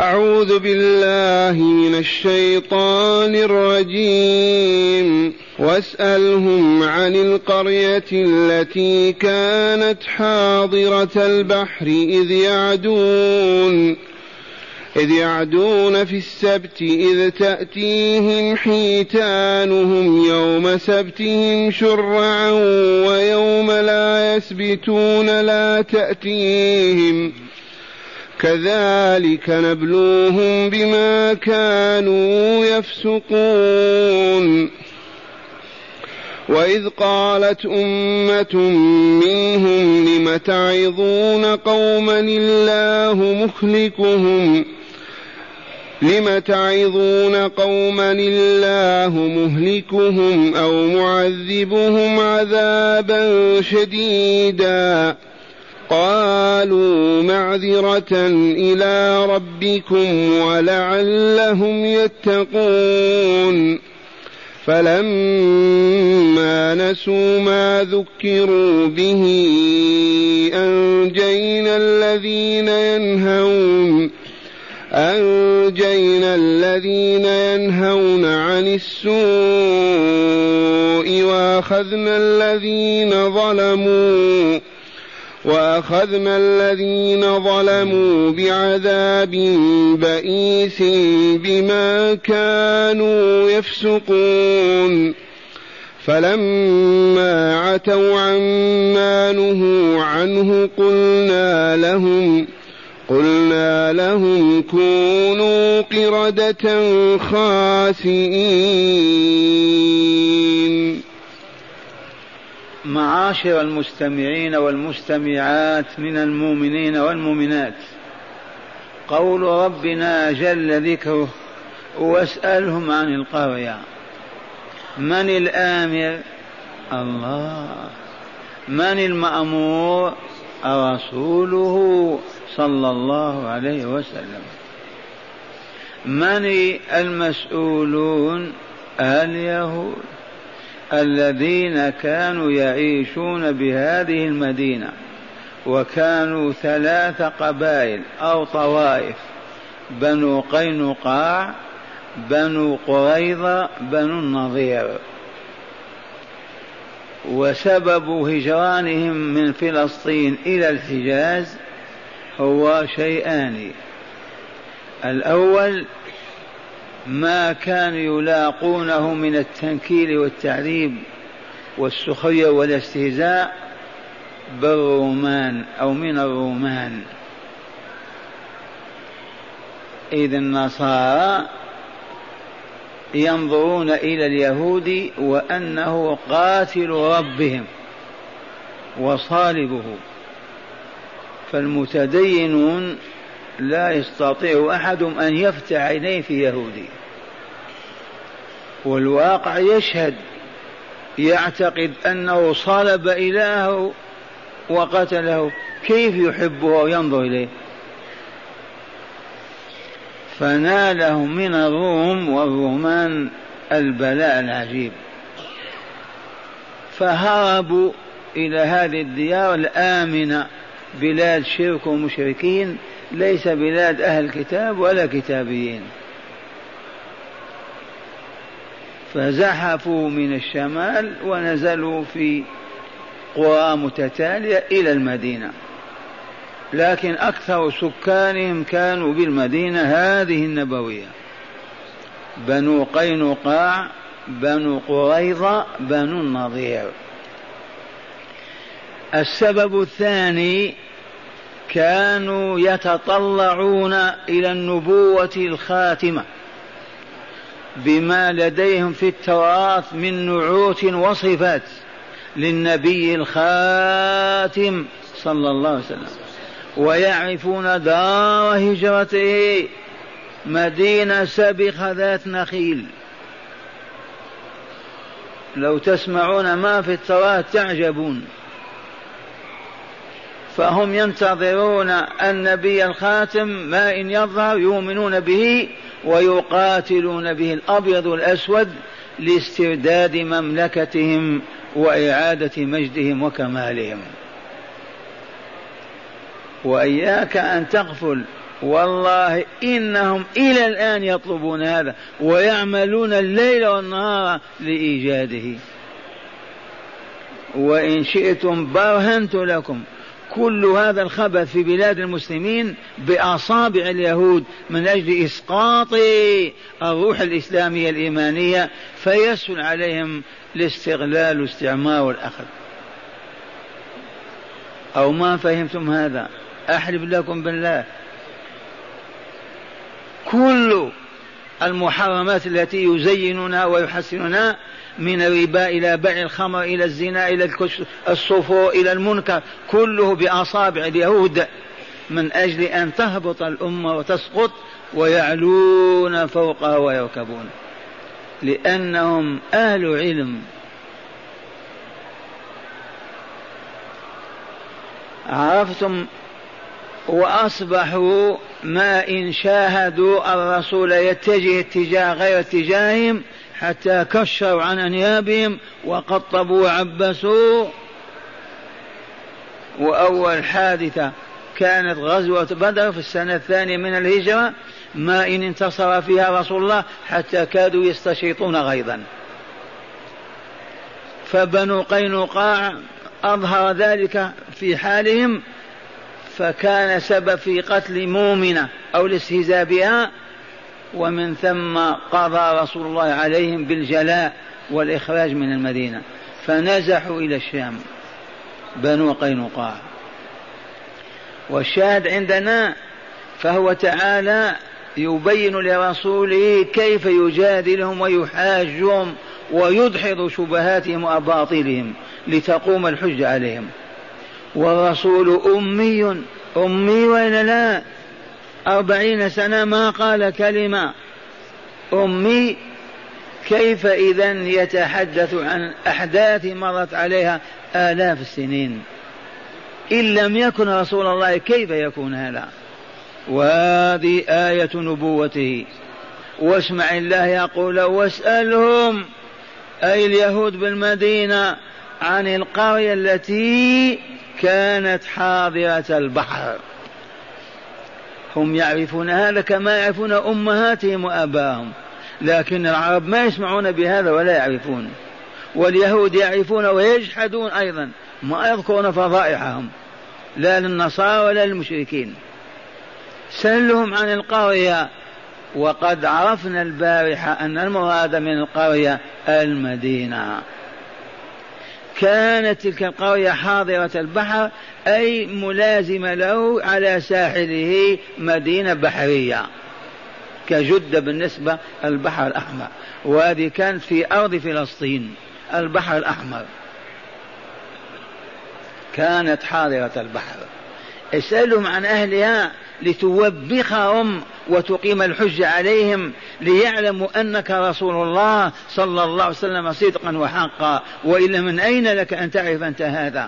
أعوذ بالله من الشيطان الرجيم. واسألهم عن القرية التي كانت حاضرة البحر إذ يعدون في السبت إذ تأتيهم حيتانهم يوم سبتهم شرعا ويوم لا يسبتون لا تأتيهم كذلك نبلوهم بما كانوا يفسقون. وإذ قالت أمة منهم لم تعظون قوما الله مهلكهم أو معذبهم عذابا شديدا قالوا معذرة إلى ربكم ولعلهم يتقون. فلما نسوا ما ذكروا به أنجينا الذين ينهون عن السوء وأخذنا الذين ظلموا بعذاب بئيس بما كانوا يفسقون. فلما عتوا عما نهوا عنه قلنا لهم كونوا قردة خاسئين. معاشر المستمعين والمستمعات من المؤمنين والمؤمنات، قول ربنا جل ذكره واسألهم عن القرية. من الآمر؟ الله. من المأمور؟ رسوله صلى الله عليه وسلم. من المسؤولون؟ اليهود الذين كانوا يعيشون بهذه المدينة، وكانوا 3 قبائل أو طوائف: بنو قينقاع، بنو قريظة، بنو النضير. وسبب هجرانهم من فلسطين إلى الحجاز هو شيئان: الأول ما كانوا يلاقونه من التنكيل والتعذيب والسخرية والاستهزاء بالرومان أو من الرومان. إذ النصارى ينظرون إلى اليهود وأنه قاتل ربهم وصالبه، فالمتدينون لا يستطيع أحد أن يفتح عينيه في يهودي، والواقع يشهد، يعتقد أنه صلب إلهه وقتله، كيف يحبه وينظر إليه؟ فناله من الروم والرومان البلاء العجيب، فهربوا إلى هذه الديار الآمنة، بلاد شرك ومشركين، ليس بلاد أهل كتاب ولا كتابيين. فزحفوا من الشمال ونزلوا في قرى متتالية إلى المدينة، لكن أكثر سكانهم كانوا بالمدينة هذه النبوية: بنو قينقاع، بنو قريظة، بنو النضير. السبب الثاني: كانوا يتطلعون إلى النبوة الخاتمة بما لديهم في التراث من نعوت وصفات للنبي الخاتم صلى الله عليه وسلم، ويعرفون دار هجرته مدينة سابقة ذات نخيل. لو تسمعون ما في التراث تعجبون. فهم ينتظرون النبي الخاتم، ما إن يظهر يؤمنون به ويقاتلون به الأبيض والأسود لاسترداد مملكتهم وإعادة مجدهم وكمالهم. وإياك أن تغفل والله إنهم إلى الآن يطلبون هذا ويعملون الليل والنهار لإيجاده. وإن شئتم برهنت لكم كل هذا الخبث في بلاد المسلمين بأصابع اليهود من أجل إسقاط الروح الإسلامية الإيمانية، فيسهل عليهم الاستغلال والاستعمار والأخذ. أو ما فهمتم هذا؟ أحلف لكم بالله كل المحرمات التي يزينونها ويحسنونها، من الربا إلى بيع الخمر إلى الزنا إلى الصفور إلى المنكر، كله بأصابع اليهود من أجل أن تهبط الأمة وتسقط ويعلون فوقها ويركبون، لأنهم أهل علم. عرفتم؟ وأصبحوا ما إن شاهدوا الرسول يتجه اتجاه غير اتجاههم حتى كشروا عن أنيابهم وقطبوا وعبسوا. وأول حادثة كانت غزوة بدر في السنة الثانية من الهجرة، ما إن انتصر فيها رسول الله حتى كادوا يستشيطون غيظا. فبنو قينقاع أظهر ذلك في حالهم، فكان سبب في قتل مؤمنة أو الاستهزاء بها، ومن ثم قضى رسول الله عليهم بالجلاء والإخراج من المدينة، فنزحوا إلى الشام بنو قينقاع. والشاهد عندنا فهو تعالى يبين لرسوله كيف يجادلهم ويحاجهم ويدحض شبهاتهم وأباطيلهم لتقوم الحجة عليهم. والرسول أمي وإلا لا؟ 40 سنة ما قال كلمة. أمي كيف إذن يتحدث عن أحداث مرت عليها آلاف السنين؟ إن لم يكن رسول الله كيف يكون هذا؟ وهذه آية نبوته. واسمع الله يقول واسألهم أي اليهود بالمدينة عن القرية التي كانت حاضرة البحر. هم يعرفون هذا كما يعرفون أمهاتهم وآباءهم، لكن العرب ما يسمعون بهذا ولا يعرفون، واليهود يعرفون ويجحدون أيضا، ما يذكرون فضائحهم لا للنصارى ولا للمشركين. سألهم عن القرية، وقد عرفنا البارحة أن المراد من القرية المدينة. كانت تلك القرية حاضرة البحر أي ملازمة له على ساحله، مدينة بحرية كجدة بالنسبة البحر الأحمر، وهذه كانت في أرض فلسطين البحر الأحمر، كانت حاضرة البحر. اسألهم عن أهلها لتوبخهم وتقيم الحجة عليهم، ليعلموا أنك رسول الله صلى الله عليه وسلم صدقا وحقا، وإلا من أين لك أن تعرف أنت هذا؟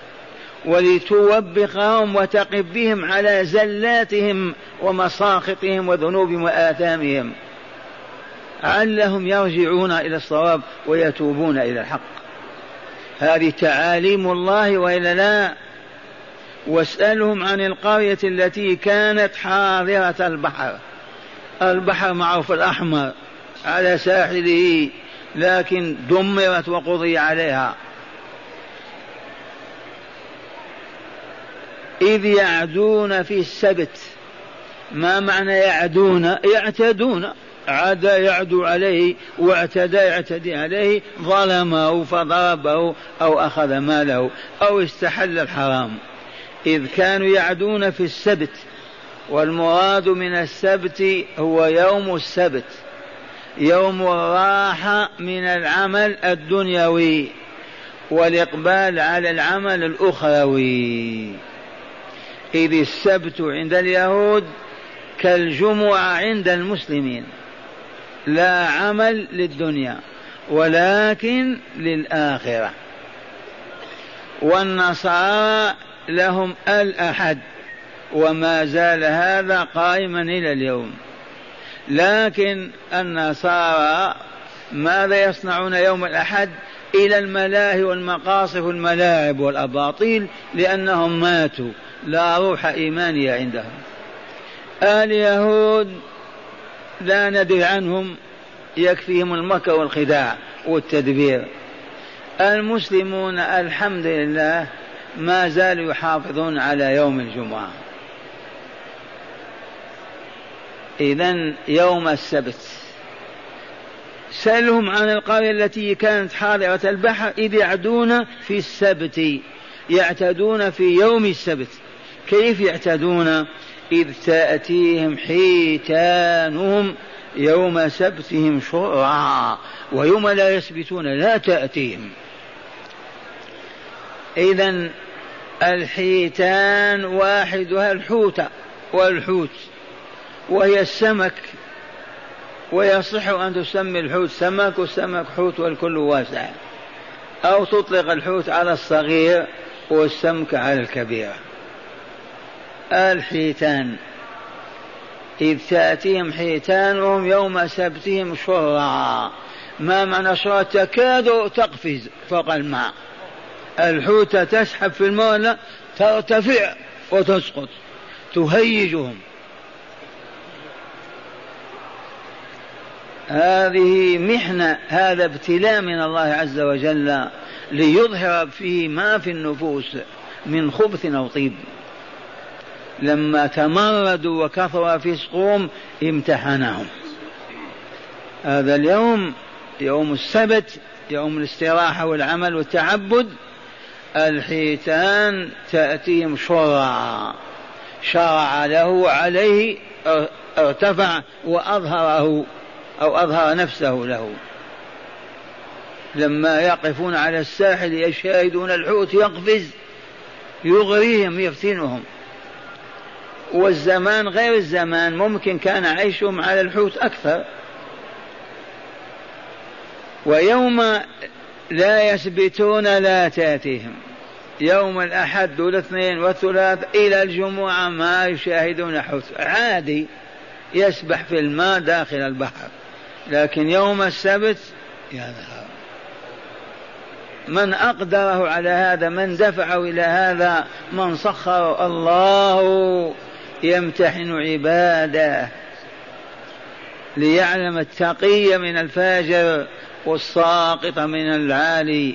ولتوبخهم وتقف بهم على زلاتهم ومساخطهم وذنوبهم وآثامهم، علهم يرجعون إلى الصواب ويتوبون إلى الحق. هذه تعاليم الله وإلا لا؟ واسألهم عن القرية التي كانت حاضرة البحر. البحر معروف الأحمر على ساحله، لكن دمرت وقضي عليها. إذ يعدون في السبت. ما معنى يعدون؟ يعتدون، عاد يعدو عليه، واعتدى يعتدي عليه، ظلمه فضربه أو أخذ ماله أو استحل الحرام. إذ كانوا يعدون في السبت، والمراد من السبت هو يوم السبت، يوم الراحة من العمل الدنيوي والإقبال على العمل الأخروي. إذ السبت عند اليهود كالجمعة عند المسلمين، لا عمل للدنيا ولكن للآخرة. والنصارى لهم الأحد، وما زال هذا قائما إلى اليوم. لكن النصارى ماذا يصنعون يوم الأحد؟ إلى الملاهي والمقاصف والملاعب والأباطيل، لأنهم ماتوا، لا روح إيمانية عندهم. اليهود لا ندري عنهم، يكفيهم المكر والخداع والتدبير. المسلمون الحمد لله ما زالوا يحافظون على يوم الجمعة. إذن يوم السبت سألهم عن القرية التي كانت حاضرة البحر إذ يعدون في السبت، يعتدون في يوم السبت. كيف يعتدون؟ إذ تأتيهم حيتانهم يوم سبتهم شرعا ويوم لا يسبتون لا تأتيهم. إذن الحيتان واحدها الحوت والحوت وهي السمك، ويصح أن تسمي الحوت سمك والسمك حوت والكل واسع، أو تطلق الحوت على الصغير والسمك على الكبير. الحيتان إذ تأتيهم حيتانهم يوم سبتهم شرعا. ما معنى شرعا؟ تكاد تقفز فوق الماء. الحوتة تسحب في الماء لا ترتفع وتسقط، تهيجهم. هذه محنة، هذا ابتلاء من الله عز وجل ليظهر فيه ما في النفوس من خبث أو طيب. لما تمردوا وكثر فسقهم امتحنهم. هذا اليوم يوم السبت، يوم الاستراحة والعمل والتعبد. الحيتان تأتيهم شرعا، شرع له عليه، ارتفع وأظهره أو أظهر نفسه له. لما يقفون على الساحل يشاهدون الحوت يقفز يغريهم يفتنهم. والزمان غير الزمان، ممكن كان عيشهم على الحوت أكثر. ويوم لا يسبتون لا تأتيهم، يوم الأحد والاثنين والثلاث إلى الجمعة ما يشاهدون حوت، عادي يسبح في الماء داخل البحر. لكن يوم السبت يا نهار، من أقدره على هذا؟ من دفعه إلى هذا؟ من سخر؟ الله يمتحن عباده ليعلم التقي من الفاجر والساقط من العالي.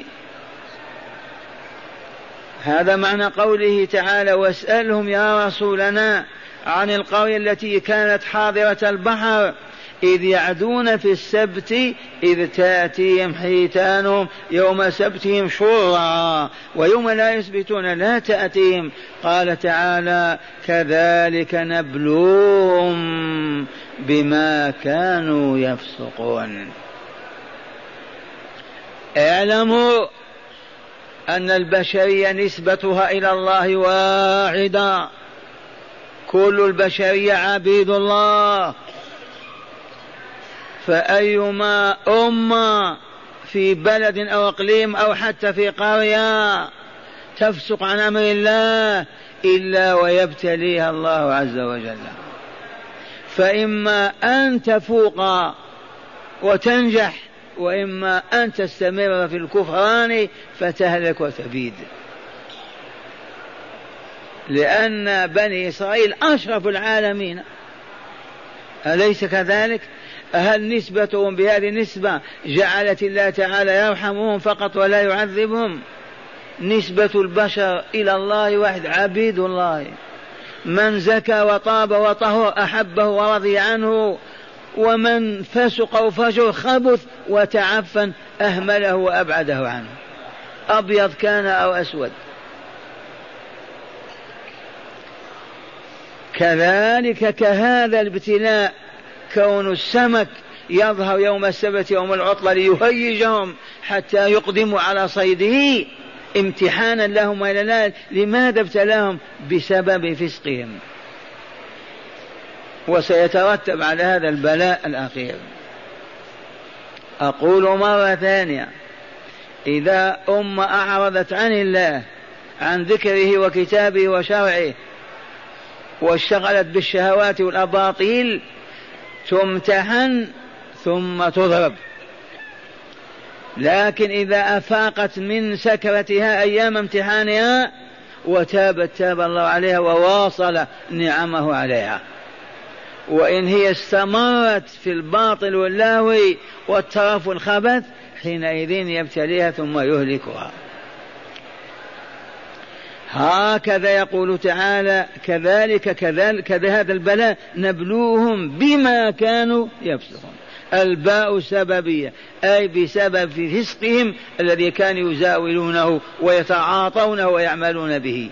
هذا معنى قوله تعالى: واسألهم يا رسولنا عن القرية التي كانت حاضرة البحر إذ يعدون في السبت إذ تأتيهم حيتانهم يوم سبتهم شرعا ويوم لا يسبتون لا تأتيهم. قال تعالى: كذلك نبلوهم بما كانوا يفسقون. اعلموا أن البشرية نسبتها إلى الله واحدة، كل البشرية عبيد الله. فأيما أمة في بلد أو إقليم أو حتى في قرية تفسق عن أمر الله إلا ويبتليها الله عز وجل، فإما أن تفوق وتنجح وإما أن تستمر في الكفران فتهلك وتبيد. لأن بني إسرائيل أشرف العالمين، أليس كذلك؟ هل نسبتهم بهذه النسبة جعلت الله تعالى يرحمهم فقط ولا يعذبهم؟ نسبة البشر إلى الله واحد، عبيد الله. من زكى وطاب وطهر أحبه ورضي عنه، ومن فسق وفجر خبث وتعفن أهمله وأبعده عنه، أبيض كان أو أسود. كذلك كهذا الابتلاء كون السمك يظهر يوم السبت يوم العطلة ليهيجهم حتى يقدموا على صيده امتحانا لهم إلى الله. لماذا ابتلاهم؟ بسبب فسقهم، وسيترتب على هذا البلاء الأخير. أقول مرة ثانية: إذا أمة أعرضت عن الله عن ذكره وكتابه وشرعه واشتغلت بالشهوات والأباطيل تمتحن ثم تضرب. لكن إذا أفاقت من سكرتها أيام امتحانها وتابت تاب الله عليها وواصل نعمه عليها. وإن هي استمرت في الباطل واللهو والترف والخبث حينئذ يبتليها ثم يهلكها. هكذا يقول تعالى كذلك هذا البلاء نبلوهم بما كانوا يفسقون. الباء سببية أي بسبب في فسقهم الذي كانوا يزاولونه ويتعاطونه ويعملون به.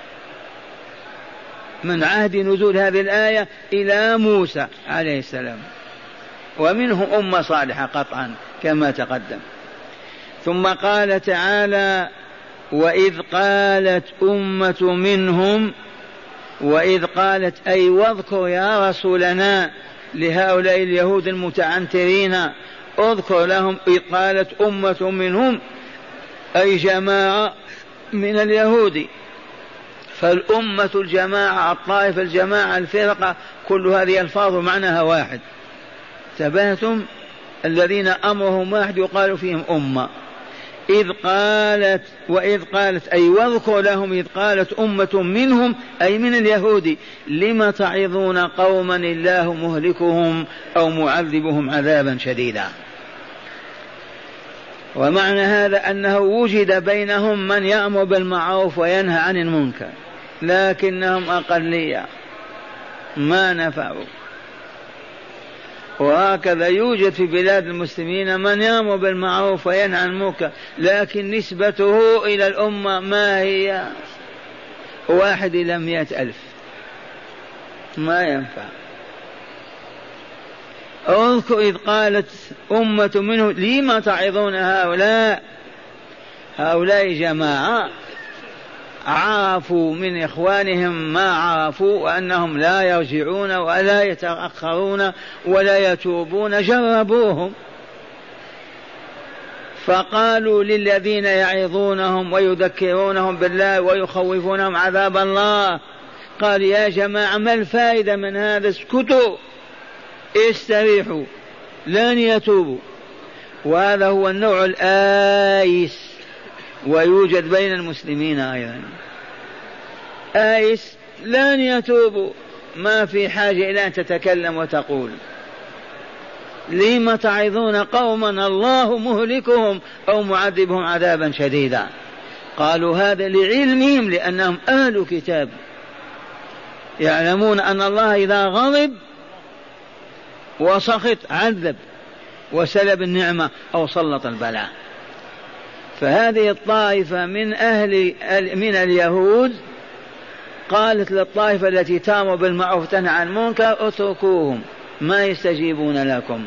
من عهد نزول هذه الآية إلى موسى عليه السلام، ومنهم أمة صالحة قطعا كما تقدم. ثم قال تعالى وإذ قالت أمة منهم، وإذ قالت أي واذكر يا رسولنا لهؤلاء اليهود المتعنترين، اذكر لهم إذ قالت أمة منهم أي جماعة من اليهود. فالأمة الجماعة، الطائفة الجماعة، الفرقة، كل هذه ألفاظ معناها واحد. تبهتم الذين أمرهم واحد يقال فيهم أمة. إذ قالت وإذ قالت أي واذكر لهم إذ قالت أمة منهم أي من اليهود لم تعظون قوما الله مهلكهم أو معذبهم عذابا شديدا. ومعنى هذا أنه وجد بينهم من يأمر بالمعروف وينهى عن المنكر، لكنهم أقلية ما نفعوا. وهكذا يوجد في بلاد المسلمين من يأمر بالمعروف وينهى عن المنكر، لكن نسبته إلى الأمة ما هي؟ 1 إلى 100,000، ما ينفع. اذكر إذ قالت أمة منهم لما تعظون هؤلاء جماعة عرفوا من إخوانهم ما عرفوا وأنهم لا يرجعون ولا يتأخرون ولا يتوبون، جربوهم فقالوا للذين يعظونهم ويذكرونهم بالله ويخوفونهم عذاب الله، قال يا جماعة ما الفائدة من هذا؟ اسكتوا استريحوا لن يتوبوا. وهذا هو النوع الآيس، ويوجد بين المسلمين أيضا آيس لن يتوبوا، ما في حاجة إلى أن تتكلم وتقول لم تعظون قوما الله مهلكهم أو معذبهم عذابا شديدا. قالوا هذا لعلمهم لأنهم أهل كتاب يعلمون أن الله إذا غضب وسخط عذب وسلب النعمة أو سلط البلاء. فهذه الطائفة من اليهود قالت للطائفة التي تأمر بالمعروف وتنهى عن المنكر اتركوهم ما يستجيبون لكم.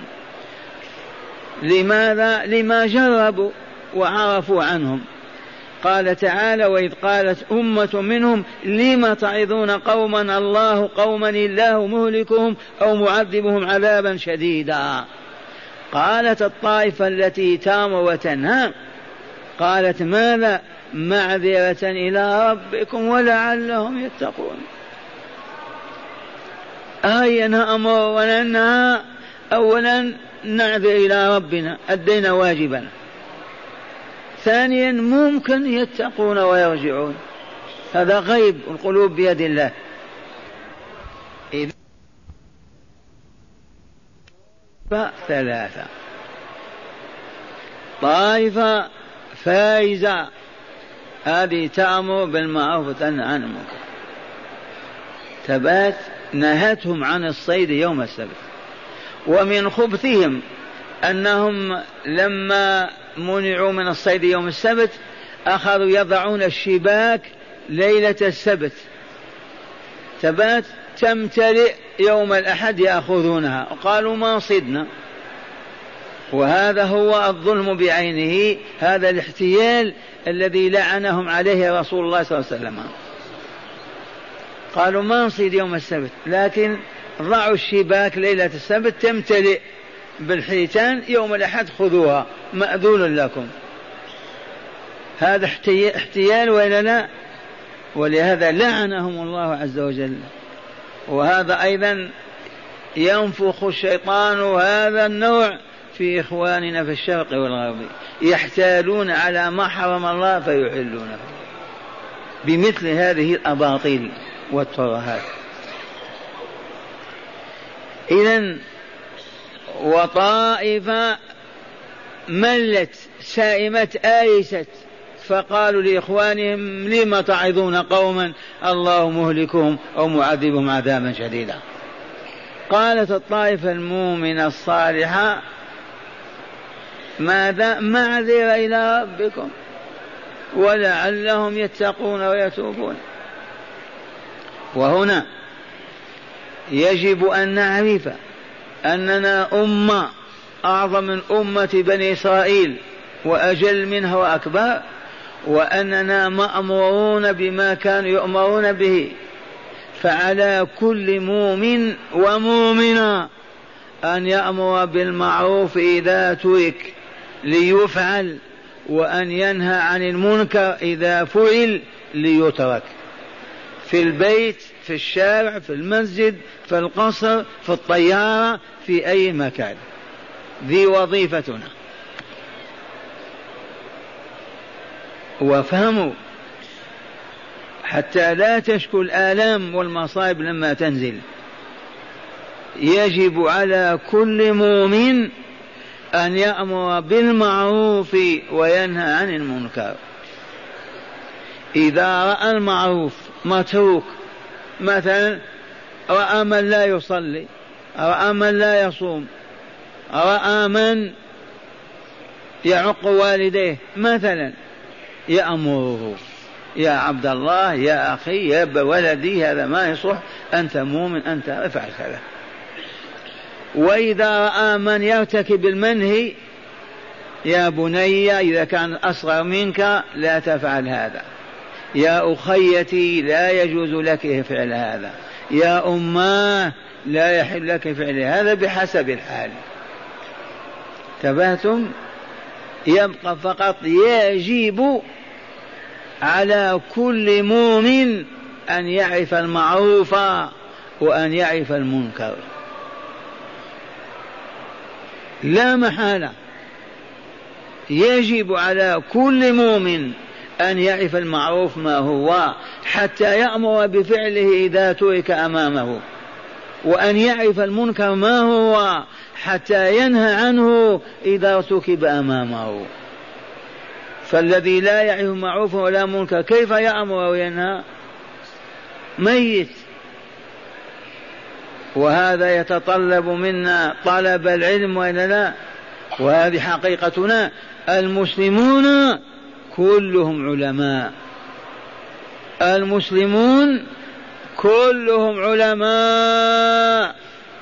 لماذا؟ لما جربوا وعرفوا عنهم. قال تعالى وإذ قالت أمة منهم لم تعظون قوما الله مهلكهم أو معذبهم عذابا شديدا. قالت الطائفة التي تأمر وتنهى قالت ماذا؟ معذرة إلى ربكم ولعلهم يتقون. أي نأمر وننهى؟ أولا نعذر إلى ربنا أدينا واجبنا، ثانيا ممكن يتقون ويرجعون، هذا غيب القلوب بيد الله. ثلاثة طائفة فائزة هذه تأمر بالمعروف وتنهى عن المنكر، ثبات نهتهم عن الصيد يوم السبت. ومن خبثهم أنهم لما منعوا من الصيد يوم السبت أخذوا يضعون الشباك ليلة السبت، ثبات تمتلئ يوم الأحد يأخذونها، وقالوا ما صدنا. وهذا هو الظلم بعينه، هذا الاحتيال الذي لعنهم عليه رسول الله صلى الله عليه وسلم. قالوا ما نصيد يوم السبت، لكن ضعوا الشباك ليلة السبت تمتلئ بالحيتان، يوم الأحد خذوها مأذون لكم. هذا احتيال ولا لا؟ ولهذا لعنهم الله عز وجل. وهذا أيضا ينفخ الشيطان هذا النوع في إخواننا في الشرق والغرب، يحتالون على ما حرم الله فيحلونه بمثل هذه الأباطيل والترهات. إذن وطائفة ملت سائمت آيست فقالوا لإخوانهم لم تعظون قوما الله مهلكهم أو معذبهم عذابا شديدا. قالت الطائفة المؤمنة الصالحة ماذا؟ معذرة إلى ربكم ولعلهم يتقون ويتوبون. وهنا يجب أن نعرف أننا أمة أعظم من أمة بني إسرائيل وأجل منها وأكبر، وأننا مأمورون بما كانوا يؤمرون به، فعلى كل مؤمن ومؤمنة أن يأمر بالمعروف إذا ترك ليفعل، وأن ينهى عن المنكر إذا فعل ليترك، في البيت، في الشارع، في المسجد، في القصر، في الطيارة، في أي مكان. ذي وظيفتنا. وافهموا حتى لا تشكو الآلام والمصائب لما تنزل، يجب على كل مؤمن أن يأمر بالمعروف وينهى عن المنكر. إذا رأى المعروف متروك، مثلا رأى من لا يصلي، رأى من لا يصوم، رأى من يعق والديه مثلا، يأمره: يا عبد الله، يا أخي، يا ولدي، هذا ما يصلح، أنت مؤمن، أنت افعل كذا. وإذا رأى من يرتكب المنهي: يا بني إذا كان أصغر منك لا تفعل هذا، يا أخيتي لا يجوز لك فعل هذا، يا أماه لا يحل لك فعل هذا، بحسب الحال. تبهتم؟ يبقى فقط يجب على كل مؤمن أن يعرف المعروف وأن يعرف المنكر، لا محالة. يجب على كل مؤمن أن يعرف المعروف ما هو حتى يأمر بفعله إذا ترك أمامه، وأن يعرف المنكر ما هو حتى ينهى عنه إذا ارتكب أمامه. فالذي لا يعرف معروف ولا منكر كيف يأمر وينهى؟ ميت. وهذا يتطلب منا طلب العلم وإلا لا؟ وهذه حقيقتنا. المسلمون كلهم علماء، المسلمون كلهم علماء،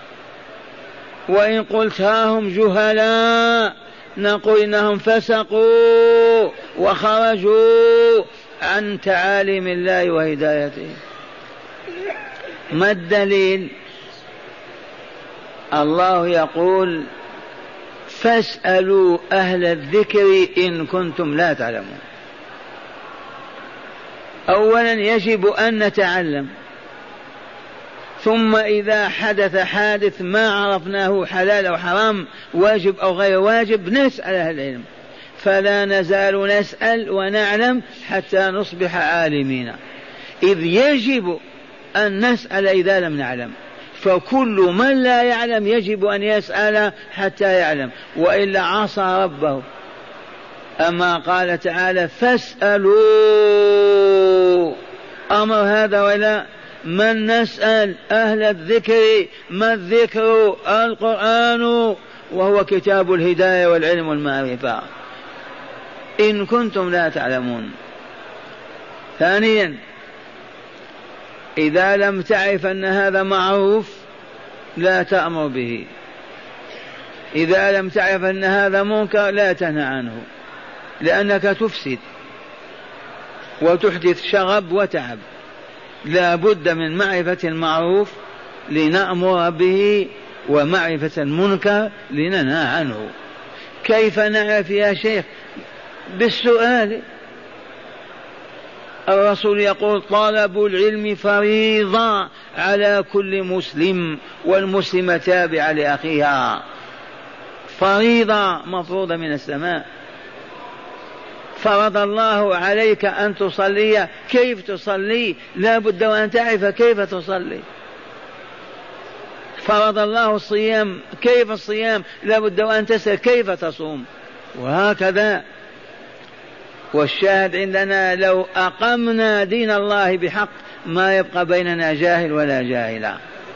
وإن قلت هم جهلاء نقول إنهم فسقوا وخرجوا عن تعاليم الله وهدايته. ما الدليل؟ الله يقول: فاسألوا أهل الذكر إن كنتم لا تعلمون. أولا يجب أن نتعلم، ثم إذا حدث حادث ما عرفناه حلال أو حرام، واجب أو غير واجب، نسأل أهل العلم. فلا نزال نسأل ونعلم حتى نصبح عالمين، إذ يجب أن نسأل إذا لم نعلم. فكل من لا يعلم يجب أن يسأل حتى يعلم، وإلا عصى ربه. أما قال تعالى: فاسألوا، أمر هذا ولا؟ من نسأل؟ أهل الذكر. ما الذكر؟ القرآن، وهو كتاب الهداية والعلم والمعرفة، إن كنتم لا تعلمون. ثانيا إذا لم تعرف أن هذا معروف لا تأمر به، إذا لم تعرف أن هذا منكر لا تنهى عنه، لأنك تفسد وتحدث شغب وتعب. لا بد من معرفة المعروف لنأمر به، ومعرفة المنكر لننهى عنه. كيف نعرف يا شيخ؟ بالسؤال. الرسول يقول: طلب العلم فريضة على كل مسلم، والمسلمة تابعة لأخيها، فريضة مفروضة من السماء. فرض الله عليك أن تصلي، كيف تصلي؟ لا بد وأن تعرف كيف تصلي. فرض الله الصيام، كيف الصيام؟ لابد أن تسأل كيف تصوم، وهكذا. والشاهد عندنا لو أقمنا دين الله بحق ما يبقى بيننا جاهل ولا جاهلا.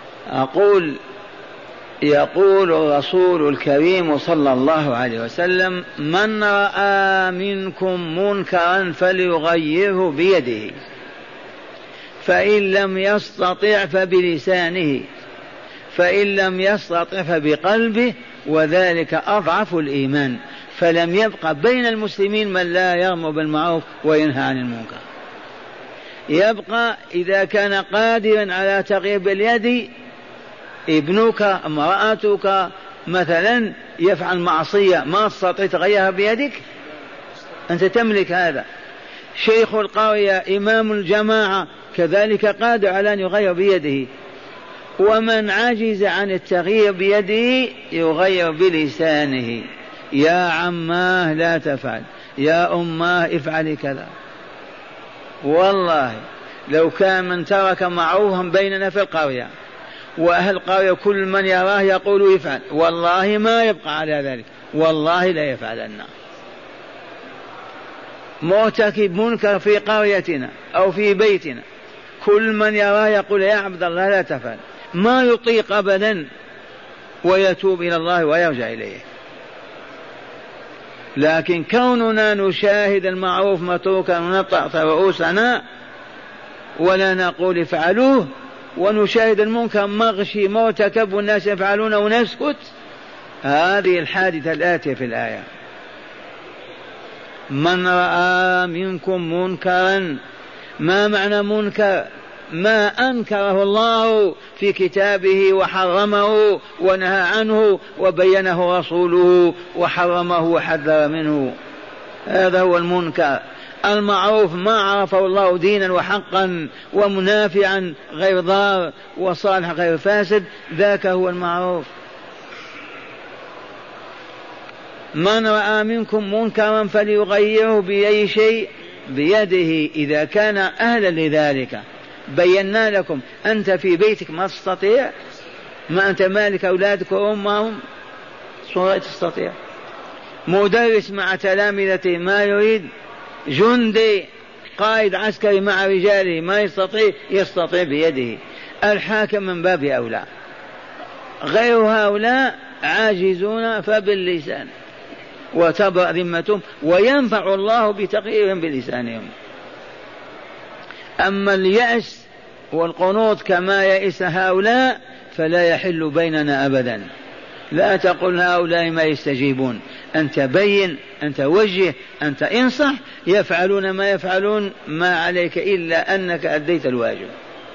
يقول الرسول الكريم صلى الله عليه وسلم: من رأى منكم منكرا فليغيره بيده، فإن لم يستطع فبلسانه، فإن لم يستطع فبقلبه، وذلك أضعف الإيمان. فلم يبقى بين المسلمين من لا يأمر بالمعروف وينهى عن المنكر. يبقى إذا كان قادرا على تغيير باليد، ابنك امرأتك مثلا يفعل معصية ما تستطيع تغيرها بيدك، أنت تملك هذا. شيخ القرية إمام الجماعة كذلك قادر على أن يغير بيده. ومن عجز عن التغيير بيده يغير بلسانه: يا عماه لا تفعل، يا أماه افعلي كذا. والله لو كان من ترك معروفا بيننا في القرية وأهل القرية كل من يراه يقول يفعل، والله ما يبقى على ذلك، والله لا يفعلن. مرتكب منكر في قريتنا أو في بيتنا كل من يراه يقول يا عبد الله لا تفعل، ما يطيق أبدا، ويتوب إلى الله ويرجع إليه. لكن كوننا نشاهد المعروف متروكا ونطأ رؤوسنا ولا نقول افعلوه، ونشاهد المنكر مغشي مرتكب والناس يفعلونه ونسكت، هذه الحادثة الآتية في الآية: من رأى منكم منكرا. ما معنى منكر؟ ما أنكره الله في كتابه وحرمه ونهى عنه وبينه رسوله وحرمه وحذر منه، هذا هو المنكر. المعروف ما عرفه الله دينا وحقا ومنافعا غير ضار وصالح غير فاسد، ذاك هو المعروف. من رأى منكم منكرا فليغيره بأي شيء؟ بيده، إذا كان أهلا لذلك. بينا لكم، أنت في بيتك ما تستطيع، ما أنت مالك أولادك وأمهم، صورة تستطيع. مدرس مع تلامذته ما يريد، جندي قائد عسكري مع رجاله ما يستطيع، يستطيع بيده. الحاكم من باب أولى. غير هؤلاء عاجزون فباللسان وتبرأ ذمتهم، وينفع الله بتغييرهم بلسانهم. أما اليأس والقنوط كما يئس هؤلاء فلا يحل بيننا أبدا. لا تقل هؤلاء ما يستجيبون، أنت بين، أنت وجه، أنت انصح. يفعلون ما يفعلون، ما عليك إلا أنك أديت الواجب.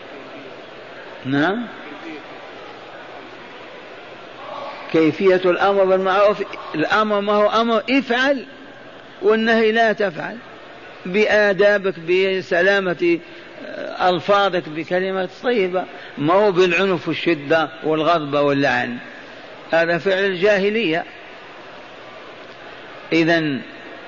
نعم. كيفية الأمر بالمعروف، الأمر ما هو أمر افعل، والنهي لا تفعل، بآدابك بسلامة ألفاظك بكلمات طيبة، ما هو بالعنف والشدة والغضب واللعن، هذا فعل الجاهلية. إذن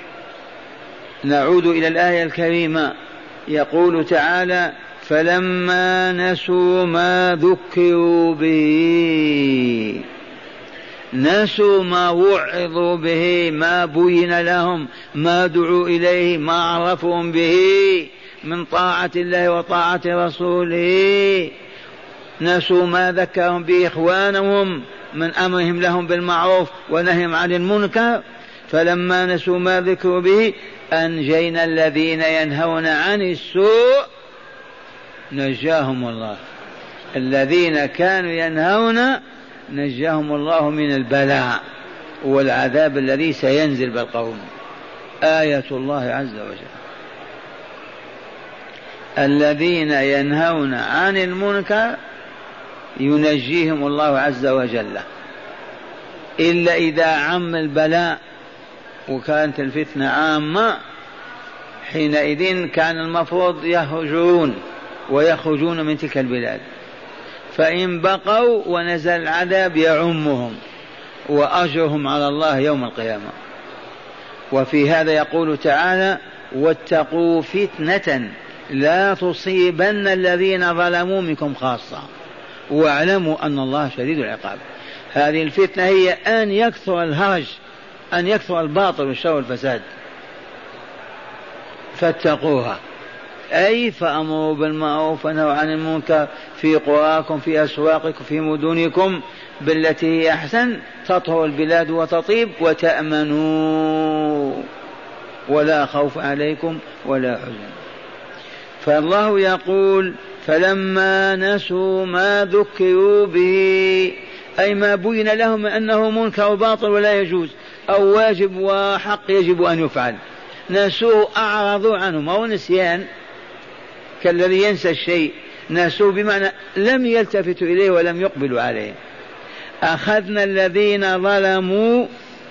نعود إلى الآية الكريمة، يقول تعالى: فلما نسوا ما ذكروا به، نسوا ما وعظوا به، ما بين لهم، ما دعوا إليه، ما عرفهم به من طاعة الله وطاعة رسوله، نسوا ما ذكرهم به إخوانهم من أمرهم لهم بالمعروف ونهيهم عن المنكر. فلما نسوا ما ذكروا به أنجينا الذين ينهون عن السوء، نجاهم الله. الذين كانوا ينهون نجاهم الله من البلاء والعذاب الذي سينزل بالقوم. آية الله عز وجل. الذين ينهون عن المنكر ينجيهم الله عز وجل، إلا إذا عم البلاء وكانت الفتنة عامة، حينئذ كان المفروض يهجرون ويخرجون من تلك البلاد، فإن بقوا ونزل العذاب يعمهم وأجرهم على الله يوم القيامة. وفي هذا يقول تعالى: واتقوا فتنة لا تصيبن الذين ظلموا منكم خاصة. واعلموا أن الله شديد العقاب. هذه الفتنة هي أن يكثر الهرج، أن يكثر الباطل والشر والفساد، فاتقوها، أي فأمروا بالمعروف ونهوا عن المنكر في قراكم في أسواقكم في مدنكم بالتي هي أحسن، تطهر البلاد وتطيب وتأمنوا ولا خوف عليكم ولا حزن. فالله يقول فلما نسوا ما ذكروا به، أي ما بين لهم أنه منكر وباطل ولا يجوز أو واجب وحق يجب أن يفعل، نسوه أعرضوا عنه، ما هو نسيان كالذي ينسى الشيء، نسوه بمعنى لم يلتفتوا إليه ولم يقبلوا عليه. أخذنا الذين ظلموا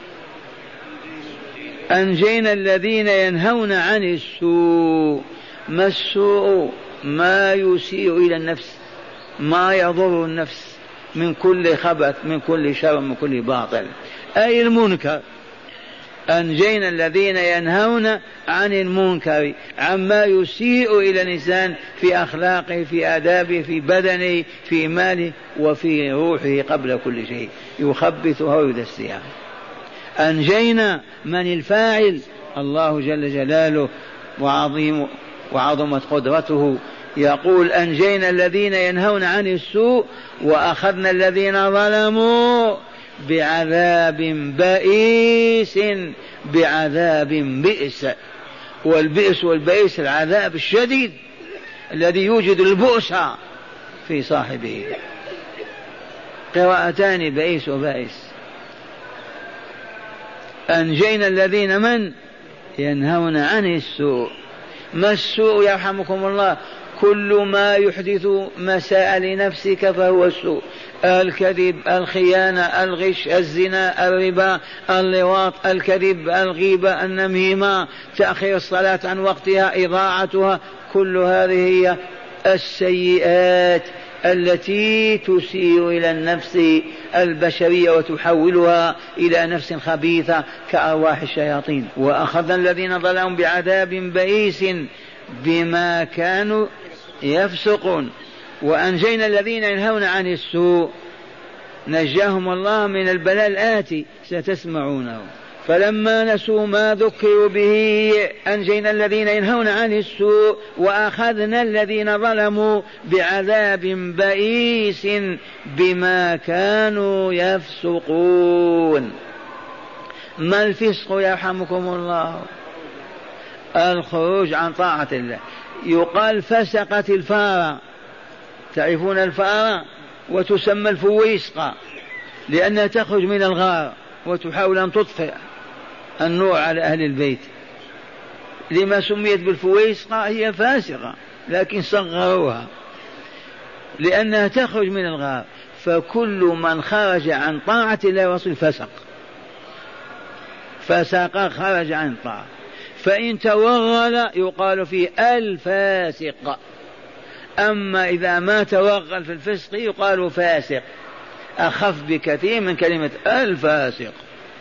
أنجينا الذين ينهون عن السوء. ما السوء؟ ما يسيء إلى النفس، ما يضر النفس من كل خبث من كل شر من كل باطل، أي المنكر. أنجينا الذين ينهون عن المنكر، عما يسيء إلى الإنسان في أخلاقه في آدابه في بدنه في ماله وفي روحه قبل كل شيء، يخبثها ويدسها. أنجينا من الفاعل؟ الله جل جلاله وعظمت قدرته، يقول أنجينا الذين ينهون عن السوء وأخذنا الذين ظلموا بعذاب بئيس، بعذاب بئس. والبئس والبئيس العذاب الشديد الذي يوجد البؤس في صاحبه. قراءتان بئيس وبائس. أنجينا الذين من ينهون عن السوء. ما السوء يرحمكم الله؟ كل ما يحدث مساء لنفسك فهو السوء، الكذب الخيانة الغش الزنا الربا اللواط الكذب الغيبة النميمة تأخير الصلاة عن وقتها إضاعتها، كل هذه هي السيئات التي تسيء إلى النفس البشرية وتحولها إلى نفس خبيثة كأرواح الشياطين. وأخذنا الذين ظلموا بعذاب بئيس بما كانوا يفسقون. وأنجينا الذين ينهون عن السوء، نجاهم الله من البلاء الآتي ستسمعونه. فلما نسوا ما ذكروا به أنجينا الذين ينهون عن السوء وأخذنا الذين ظلموا بعذاب بئيس بما كانوا يفسقون. ما الفسق يرحمكم الله؟ الخروج عن طاعة الله. يقال فسقت الفارة، تعرفون الفارة؟ وتسمى الفويسقة لأنها تخرج من الغار وتحاول أن تطفئ النور على أهل البيت. لما سميت بالفويسقة؟ هي فاسقة لكن صغروها لأنها تخرج من الغار. فكل من خرج عن طاعة الله ورسوله فسق، فسق خرج عن طاعة. فإن توغل يقال فيه الفاسق، أما إذا ما توغل في الفسق يقال فاسق، أخف بكثير من كلمة الفاسق.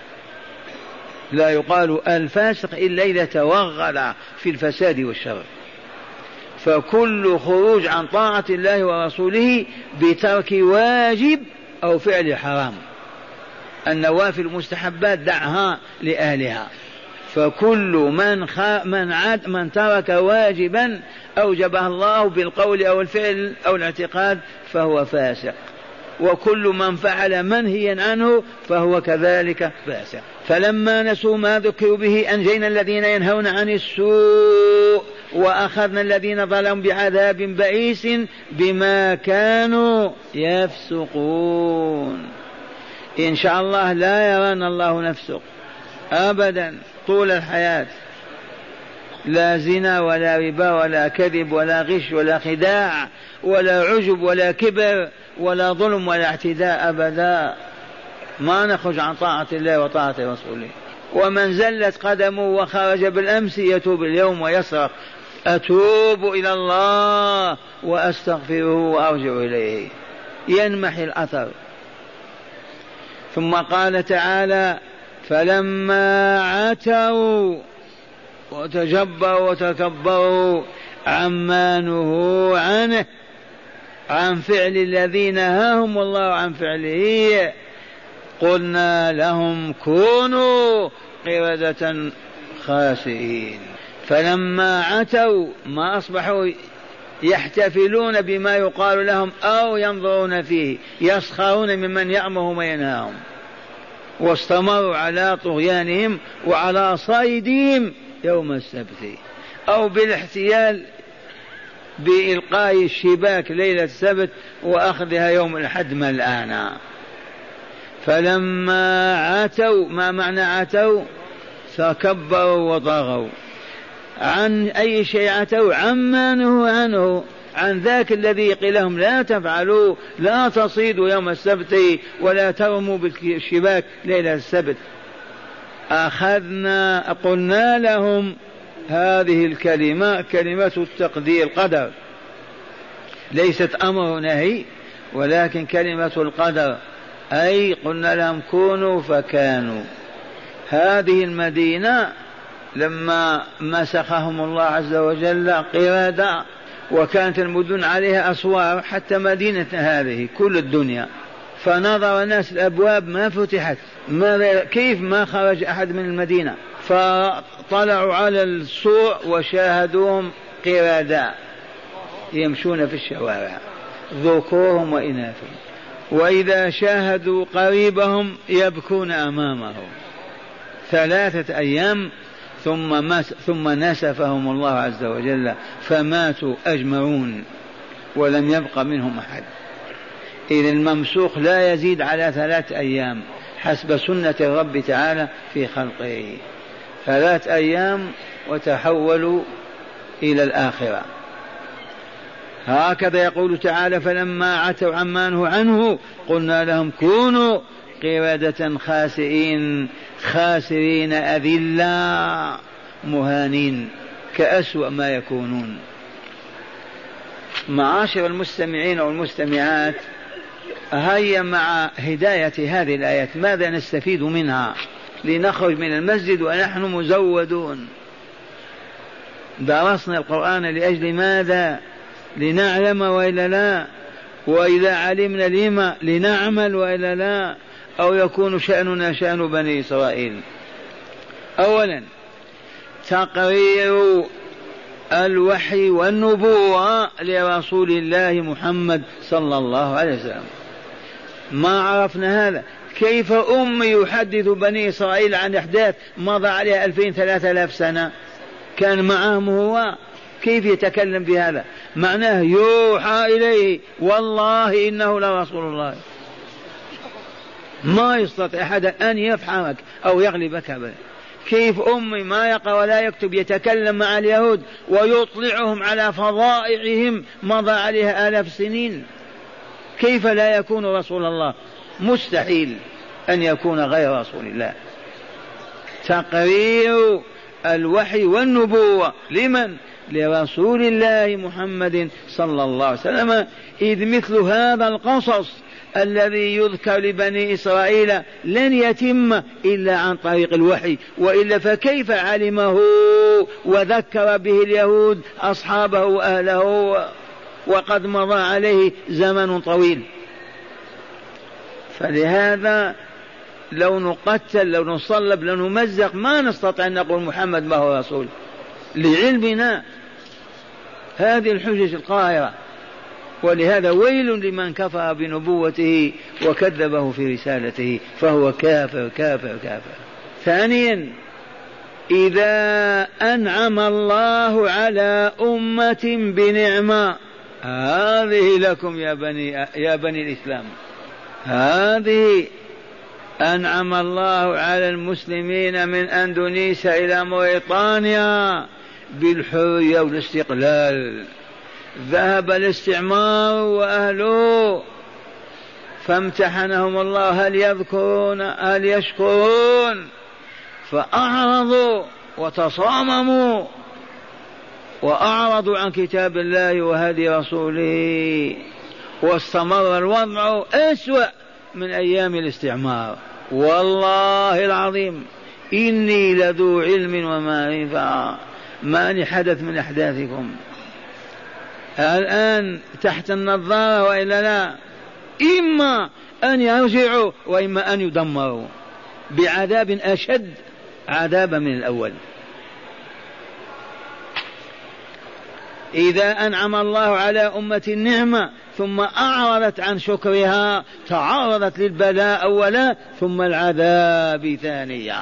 لا يقال الفاسق إلا إذا توغل في الفساد والشر. فكل خروج عن طاعة الله ورسوله بترك واجب أو فعل حرام. النوافل المستحبات دعها لأهلها. فكل من ترك واجبا أوجبه الله بالقول أو الفعل أو الاعتقاد فهو فاسق، وكل من فعل منهيا عنه فهو كذلك فاسق. فلما نسوا ما ذكروا به أنجينا الذين ينهون عن السوء وأخذنا الذين ظلموا بعذاب بئيس بما كانوا يفسقون. إن شاء الله لا يرانا الله نفسق أبدا طول الحياة، لا زنا ولا ربا ولا كذب ولا غش ولا خداع ولا عجب ولا كبر ولا ظلم ولا اعتداء أبدا. ما نخرج عن طاعة الله وطاعة رسوله. ومن زلت قدمه وخرج بالأمس يتوب اليوم ويصرخ أتوب إلى الله وأستغفره وأرجع إليه، ينمحي الأثر. ثم قال تعالى فلما عتوا وتجبروا وتكبروا عما نهوا عنه عن فعل الذين نهاهم الله عن فعله. قلنا لهم كونوا قردة خاسئين. فلما عتوا ما أصبحوا يحتفلون بما يقال لهم أو ينظرون فيه، يسخرون ممن يأمرهم وينهاهم، واستمروا على طغيانهم وعلى صيدهم يوم السبت، أو بالاحتيال بإلقاء الشباك ليلة السبت وأخذها يوم الأحد ملآنا. فلما عتوا، ما معنى عتوا؟ تكبروا وطغوا. عن أي شيء عتوا؟ عما نهوا عنه، عن ذاك الذي قيل لهم لا تفعلوا، لا تصيدوا يوم السبت ولا ترموا بالشباك ليلة السبت. أخذنا، قلنا لهم هذه الكلمة كلمة التقدير، قدر، ليست أمر نهي ولكن كلمة القدر، أي قلنا لهم كونوا فكانوا. هذه المدينة لما مسخهم الله عز وجل قردة، وكانت المدن عليها أسوار، حتى مدينة هذه كل الدنيا، فنظر الناس الأبواب ما فتحت، كيف ما خرج أحد من المدينة؟ فطلعوا على السوق وشاهدوهم قردة يمشون في الشوارع، ذكورهم وإناثهم، وإذا شاهدوا قريبهم يبكون أمامه. 3 أيام ثم نسفهم الله عز وجل فماتوا أجمعون ولم يبق منهم أحد. إذ الممسوخ لا يزيد على 3 أيام حسب سنة الرب تعالى في خلقه. 3 أيام وتحولوا إلى الآخرة. هكذا يقول تعالى فلما عتوا عما نهوا عنه قلنا لهم كونوا قردة خاسئين، خاسرين أذلا مهانين كأسوأ ما يكونون. معاشر المستمعين والمستمعات، هيا مع هداية هذه الآيات ماذا نستفيد منها لنخرج من المسجد ونحن مزودون؟ درسنا القرآن لأجل ماذا؟ لنعلم وإلا لا؟ وإذا علمنا لما لنعمل وإلا لا؟ أو يكون شأننا شأن بني إسرائيل؟ أولا تقرير الوحي والنبوة لرسول الله محمد صلى الله عليه وسلم. ما عرفنا هذا؟ كيف يحدث بني إسرائيل عن أحداث مضى عليها 2000-3000 سنة كان معهم هو؟ كيف يتكلم بهذا؟ معناه يوحى إليه والله إنه لرسول الله. ما يستطيع أحد أن يفحمك أو يغلبك أبدا. كيف ما يقرأ ولا يكتب يتكلم مع اليهود ويطلعهم على فضائعهم مضى عليها 1000 سنين؟ كيف لا يكون رسول الله؟ مستحيل أن يكون غير رسول الله. تقرير الوحي والنبوة لمن؟ لرسول الله محمد صلى الله عليه وسلم. إذ مثل هذا القصص الذي يذكر لبني إسرائيل لن يتم إلا عن طريق الوحي، وإلا فكيف علمه وذكر به اليهود أصحابه وأهله وقد مضى عليه زمن طويل؟ فلهذا لو نقتل لو نصلب لو نمزق ما نستطيع أن نقول محمد ما هو رسول لعلمنا هذه الحجج القاهرة. ولهذا ويل لمن كفر بنبوته وكذبه في رسالته فهو كافر كافر كافر. ثانيا إذا أنعم الله على أمة بنعمة، هذه لكم يا بني الإسلام، هذه أنعم الله على المسلمين من أندونيسيا إلى موريطانيا بالحرية والاستقلال. ذهب الاستعمار وأهله فامتحنهم الله هل يذكرون هل يشكرون، فأعرضوا وتصامموا وأعرضوا عن كتاب الله وهدي رسوله، واستمر الوضع أسوأ من أيام الاستعمار. والله العظيم إني لذو علم ومعرفة ما حدث من أحداثكم. الآن تحت النظارة وإلا لا؟ إما أن يرجعوا وإما أن يدمروا بعذاب أشد عذابا من الأول. إذا أنعم الله على أمة النعمة ثم أعرضت عن شكرها تعرضت للبلاء أولا ثم العذاب ثانيا.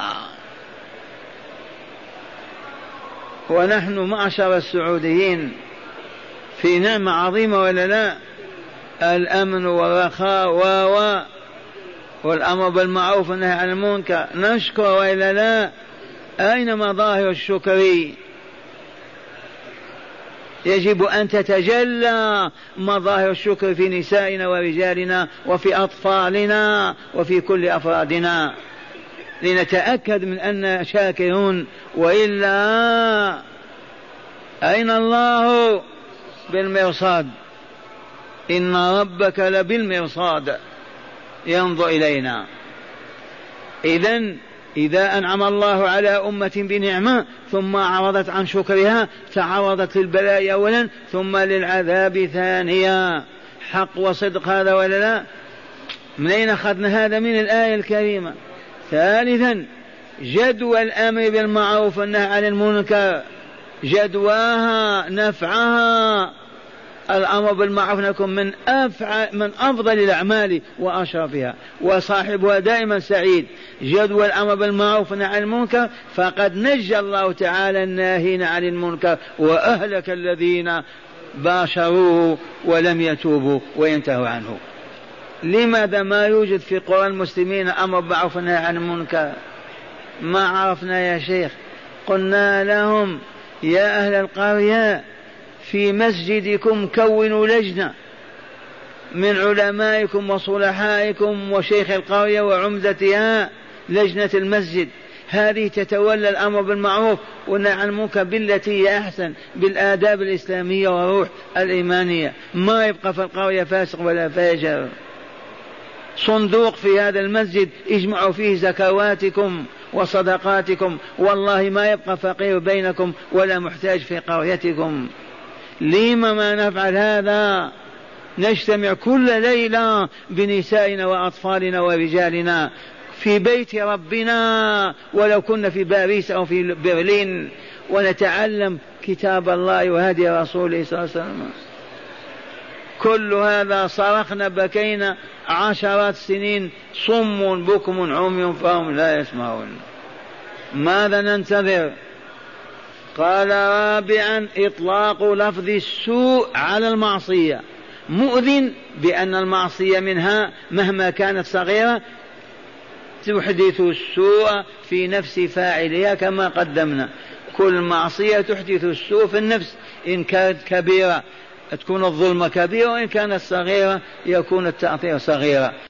ونحن معشر السعوديين في نعمة عظيمة ولا لا؟ الأمن والرخاء والأمر بالمعروف والنهي عن المنكر، نشكر وإلا لا؟ أين مظاهر الشكر؟ يجب أن تتجلى مظاهر الشكر في نسائنا ورجالنا وفي أطفالنا وفي كل أفرادنا لنتأكد من أن شاكرون، وإلا أين الله؟ بالمرصاد، إن ربك لبالمرصاد ينظر إلينا. إذا أنعم الله على أمة بنعمة ثم أعرضت عن شكرها تعرضت للبلاء أولا ثم للعذاب ثانيا. حق وصدق هذا ولا لا؟ من أين أخذنا هذا؟ من الآية الكريمة. ثالثا جدوى الأمر بالمعروف والنهي عن المنكر، جدواها نفعها الأمر بالمعروف نكون من أفضل الأعمال وأشرفها وصاحبها دائما سعيد. جدوى الأمر بالمعروف والنهي عن المنكر فقد نجى الله تعالى الناهين عن المنكر وأهلك الذين باشروه ولم يتوبوا وينتهوا عنه. لماذا ما يوجد في قرى المسلمين أمر بالمعروف والنهي عن المنكر؟ ما عرفنا يا شيخ. قلنا لهم يا أهل القرية في مسجدكم كونوا لجنة من علمائكم وصلحائكم وشيخ القرية وعمدتها، لجنة المسجد هذه تتولى الأمر بالمعروف والنهي عن المنكر بالتي هي أحسن بالآداب الإسلامية والروح الإيمانية. ما يبقى في القرية فاسق ولا فاجر. صندوق في هذا المسجد اجمعوا فيه زكواتكم وصدقاتكم، والله ما يبقى فقير بينكم ولا محتاج في قريتكم. لما ما نفعل هذا؟ نجتمع كل ليلة بنسائنا وأطفالنا ورجالنا في بيت ربنا ولو كنا في باريس أو في برلين ونتعلم كتاب الله وهدي رسوله صلى الله عليه وسلم. كل هذا صرخنا بكينا عشرات سنين، صم بكم عمي فهم لا يسمعون. ماذا ننتظر؟ قال رابعا إطلاق لفظ السوء على المعصية، مؤذن بأن المعصية منها مهما كانت صغيرة تحدث السوء في نفس فاعلها كما قدمنا. كل معصية تحدث السوء في النفس، إن كانت كبيرة تكون الظلمة كبيرة وإن كانت صغيرة يكون التأثير صغيرا.